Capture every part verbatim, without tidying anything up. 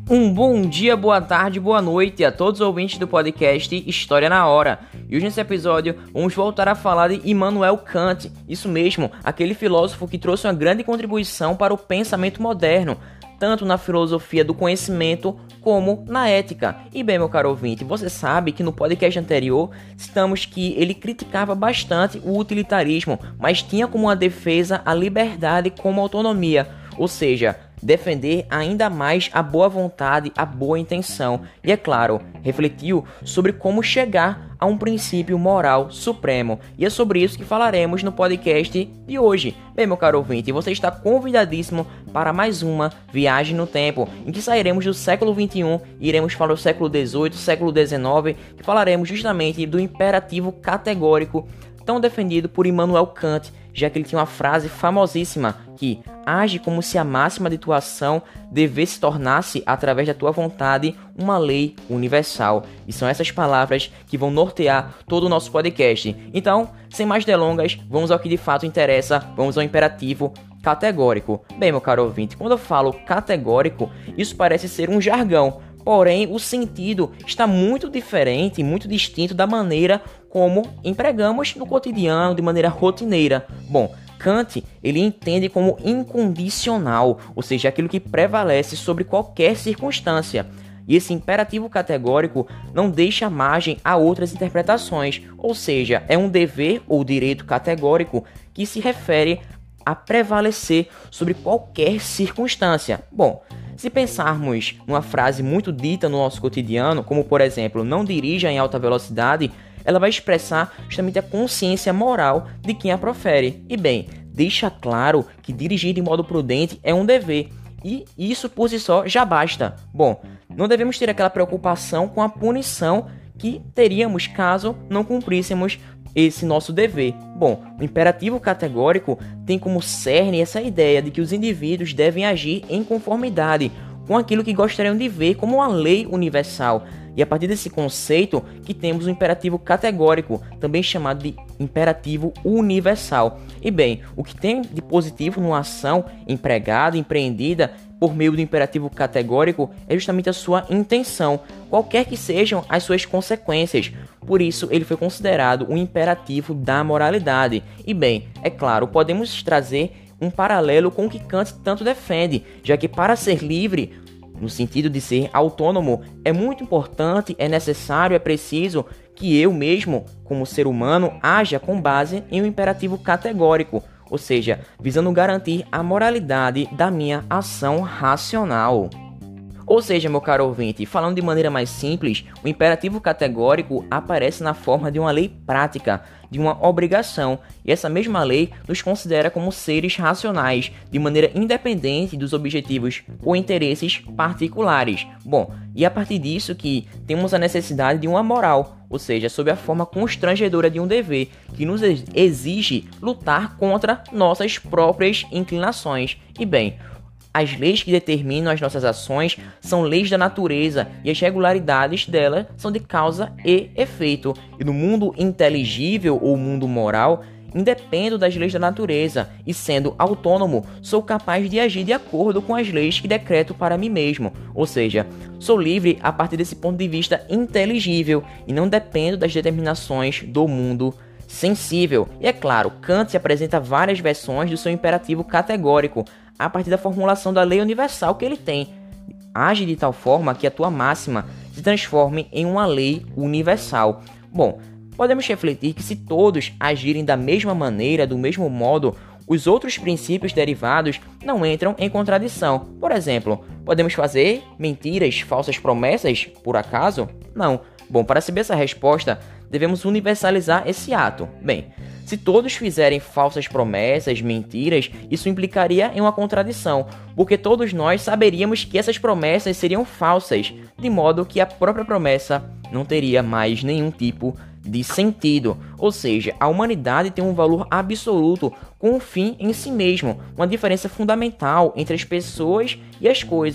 Um bom dia, boa tarde, boa noite a todos os ouvintes do podcast História na Hora. E hoje nesse episódio vamos voltar a falar de Immanuel Kant, isso mesmo, aquele filósofo que trouxe uma grande contribuição para o pensamento moderno, tanto na filosofia do conhecimento como na ética. E bem, meu caro ouvinte, você sabe que no podcast anterior citamos que ele criticava bastante o utilitarismo, mas tinha como uma defesa a liberdade como autonomia, ou seja, defender ainda mais a boa vontade, a boa intenção. E é claro, refletiu sobre como chegar a um princípio moral supremo. E é sobre isso que falaremos no podcast de hoje. Bem, meu caro ouvinte, você está convidadíssimo para mais uma viagem no tempo, em que sairemos do século vinte e um e iremos para o século dezoito, século dezenove, que falaremos justamente do imperativo categórico tão defendido por Immanuel Kant, já que ele tinha uma frase famosíssima que age como se a máxima de tua ação devesse tornar-se, através da tua vontade, uma lei universal. E são essas palavras que vão nortear todo o nosso podcast. Então, sem mais delongas, vamos ao que de fato interessa, vamos ao imperativo categórico. Bem, meu caro ouvinte, quando eu falo categórico, isso parece ser um jargão, porém o sentido está muito diferente, muito distinto da maneira como empregamos no cotidiano, de maneira rotineira. Bom, Kant, ele entende como incondicional, ou seja, aquilo que prevalece sobre qualquer circunstância. E esse imperativo categórico não deixa margem a outras interpretações, ou seja, é um dever ou direito categórico que se refere a prevalecer sobre qualquer circunstância. Bom, se pensarmos numa frase muito dita no nosso cotidiano, como por exemplo, não dirija em alta velocidade, ela vai expressar justamente a consciência moral de quem a profere. E bem, deixa claro que dirigir de modo prudente é um dever, e isso por si só já basta. Bom, não devemos ter aquela preocupação com a punição que teríamos caso não cumpríssemos esse nosso dever. Bom, o imperativo categórico tem como cerne essa ideia de que os indivíduos devem agir em conformidade com aquilo que gostariam de ver como uma lei universal. E a partir desse conceito que temos o imperativo categórico, também chamado de imperativo universal. E bem, o que tem de positivo numa ação empregada, empreendida por meio do imperativo categórico é justamente a sua intenção, qualquer que sejam as suas consequências. Por isso, ele foi considerado um imperativo da moralidade. E bem, é claro, podemos trazer um paralelo com o que Kant tanto defende, já que para ser livre, no sentido de ser autônomo, é muito importante, é necessário, é preciso que eu mesmo, como ser humano, haja com base em um imperativo categórico, ou seja, visando garantir a moralidade da minha ação racional. Ou seja, meu caro ouvinte, falando de maneira mais simples, o imperativo categórico aparece na forma de uma lei prática, de uma obrigação, e essa mesma lei nos considera como seres racionais, de maneira independente dos objetivos ou interesses particulares. Bom, e a partir disso que temos a necessidade de uma moral, ou seja, sob a forma constrangedora de um dever, que nos exige lutar contra nossas próprias inclinações. E bem, as leis que determinam as nossas ações são leis da natureza e as regularidades delas são de causa e efeito. E no mundo inteligível ou mundo moral, independo das leis da natureza e sendo autônomo, sou capaz de agir de acordo com as leis que decreto para mim mesmo. Ou seja, sou livre a partir desse ponto de vista inteligível e não dependo das determinações do mundo sensível. E é claro, Kant se apresenta várias versões do seu imperativo categórico, a partir da formulação da lei universal que ele tem. Age de tal forma que a tua máxima se transforme em uma lei universal. Bom, podemos refletir que se todos agirem da mesma maneira, do mesmo modo, os outros princípios derivados não entram em contradição. Por exemplo, podemos fazer mentiras, falsas promessas, por acaso? Não. Bom, para saber essa resposta, devemos universalizar esse ato. Bem, se todos fizerem falsas promessas, mentiras, isso implicaria em uma contradição, porque todos nós saberíamos que essas promessas seriam falsas, de modo que a própria promessa não teria mais nenhum tipo de sentido. Ou seja, a humanidade tem um valor absoluto com um fim em si mesmo, uma diferença fundamental entre as pessoas e as coisas,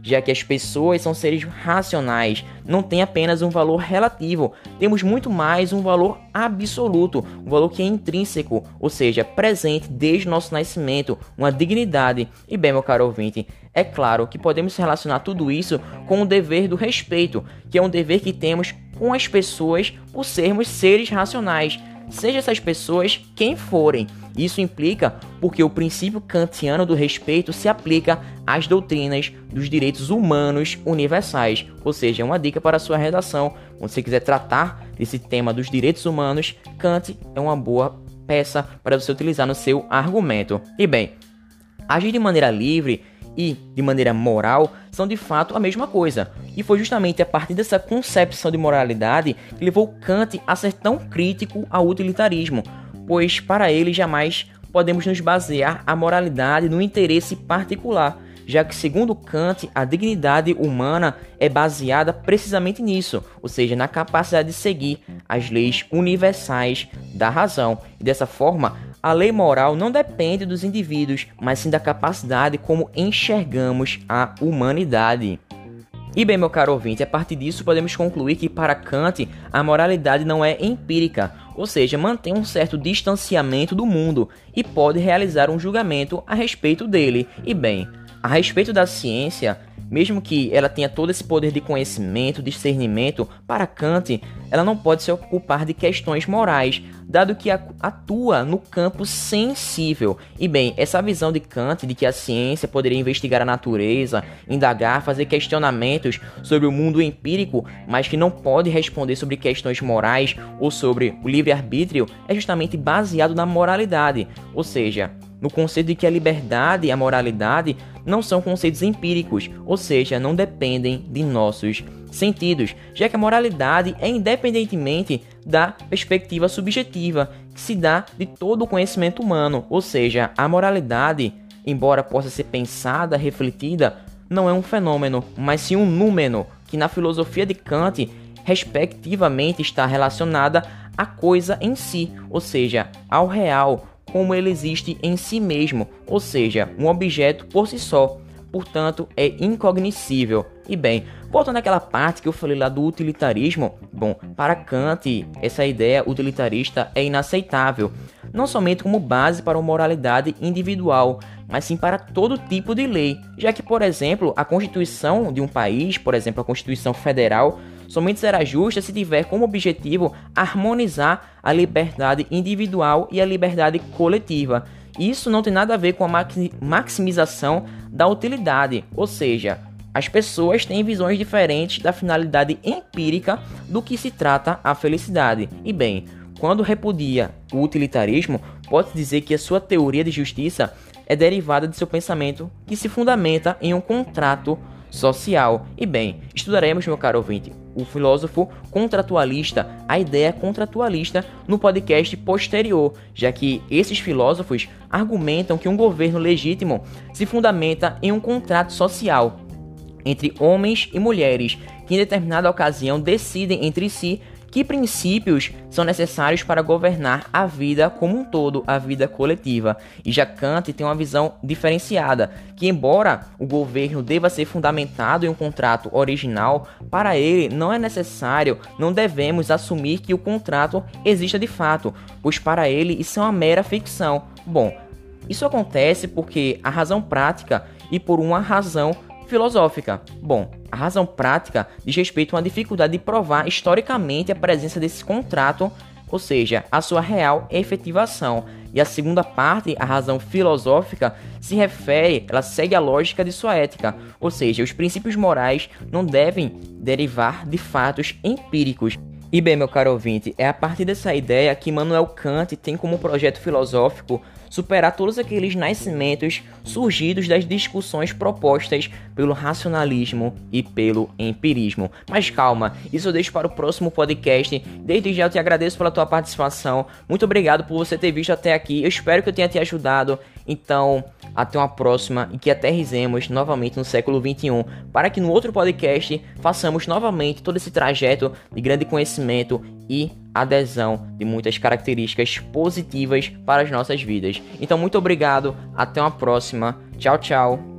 já que as pessoas são seres racionais, não tem apenas um valor relativo, temos muito mais um valor absoluto, um valor que é intrínseco, ou seja, presente desde o nosso nascimento, uma dignidade. E bem, meu caro ouvinte, é claro que podemos relacionar tudo isso com o dever do respeito, que é um dever que temos com as pessoas por sermos seres racionais, seja essas pessoas quem forem. Isso implica porque o princípio kantiano do respeito se aplica às doutrinas dos direitos humanos universais. Ou seja, uma dica para a sua redação, quando você quiser tratar desse tema dos direitos humanos, Kant é uma boa peça para você utilizar no seu argumento. E bem, agir de maneira livre e de maneira moral são de fato a mesma coisa. E foi justamente a partir dessa concepção de moralidade que levou Kant a ser tão crítico ao utilitarismo, pois para ele jamais podemos nos basear a moralidade no interesse particular, já que segundo Kant a dignidade humana é baseada precisamente nisso, ou seja, na capacidade de seguir as leis universais da razão. E dessa forma, a lei moral não depende dos indivíduos, mas sim da capacidade como enxergamos a humanidade. E bem, meu caro ouvinte, a partir disso podemos concluir que para Kant a moralidade não é empírica, ou seja, mantém um certo distanciamento do mundo e pode realizar um julgamento a respeito dele. E bem, a respeito da ciência, mesmo que ela tenha todo esse poder de conhecimento, discernimento, para Kant, ela não pode se ocupar de questões morais, dado que atua no campo sensível. E bem, essa visão de Kant de que a ciência poderia investigar a natureza, indagar, fazer questionamentos sobre o mundo empírico, mas que não pode responder sobre questões morais ou sobre o livre-arbítrio, é justamente baseado na moralidade, ou seja, no conceito de que a liberdade e a moralidade não são conceitos empíricos, ou seja, não dependem de nossos sentidos, já que a moralidade é independentemente da perspectiva subjetiva que se dá de todo o conhecimento humano, ou seja, a moralidade, embora possa ser pensada, refletida, não é um fenômeno, mas sim um númeno, que na filosofia de Kant, respectivamente, está relacionada à coisa em si, ou seja, ao real, como ele existe em si mesmo, ou seja, um objeto por si só, portanto é incognoscível. E bem, voltando àquela parte que eu falei lá do utilitarismo, bom, para Kant essa ideia utilitarista é inaceitável, não somente como base para uma moralidade individual, mas sim para todo tipo de lei, já que, por exemplo, a Constituição de um país, por exemplo, a Constituição Federal, somente será justa se tiver como objetivo harmonizar a liberdade individual e a liberdade coletiva. Isso não tem nada a ver com a maximização da utilidade, ou seja, as pessoas têm visões diferentes da finalidade empírica do que se trata a felicidade. E bem, quando repudia o utilitarismo, pode dizer que a sua teoria de justiça é derivada de seu pensamento que se fundamenta em um contrato social. E bem, estudaremos, meu caro ouvinte, o filósofo contratualista, a ideia contratualista no podcast posterior, já que esses filósofos argumentam que um governo legítimo se fundamenta em um contrato social entre homens e mulheres, que em determinada ocasião decidem entre si que princípios são necessários para governar a vida como um todo, a vida coletiva. E já Kant tem uma visão diferenciada, que embora o governo deva ser fundamentado em um contrato original, para ele não é necessário, não devemos assumir que o contrato exista de fato, pois para ele isso é uma mera ficção. Bom, isso acontece porque a razão prática e por uma razão filosófica. Bom, a razão prática diz respeito a uma dificuldade de provar historicamente a presença desse contrato, ou seja, a sua real efetivação. E a segunda parte, a razão filosófica, se refere, ela segue a lógica de sua ética, ou seja, os princípios morais não devem derivar de fatos empíricos. E bem, meu caro ouvinte, é a partir dessa ideia que Immanuel Kant tem como projeto filosófico superar todos aqueles nascimentos surgidos das discussões propostas pelo racionalismo e pelo empirismo. Mas calma, isso eu deixo para o próximo podcast. Desde já eu te agradeço pela tua participação. Muito obrigado por você ter visto até aqui. Eu espero que eu tenha te ajudado. Então, até uma próxima e que aterrissemos novamente no século vinte e um, para que no outro podcast façamos novamente todo esse trajeto de grande conhecimento e adesão de muitas características positivas para as nossas vidas. Então, muito obrigado, até uma próxima, tchau, tchau.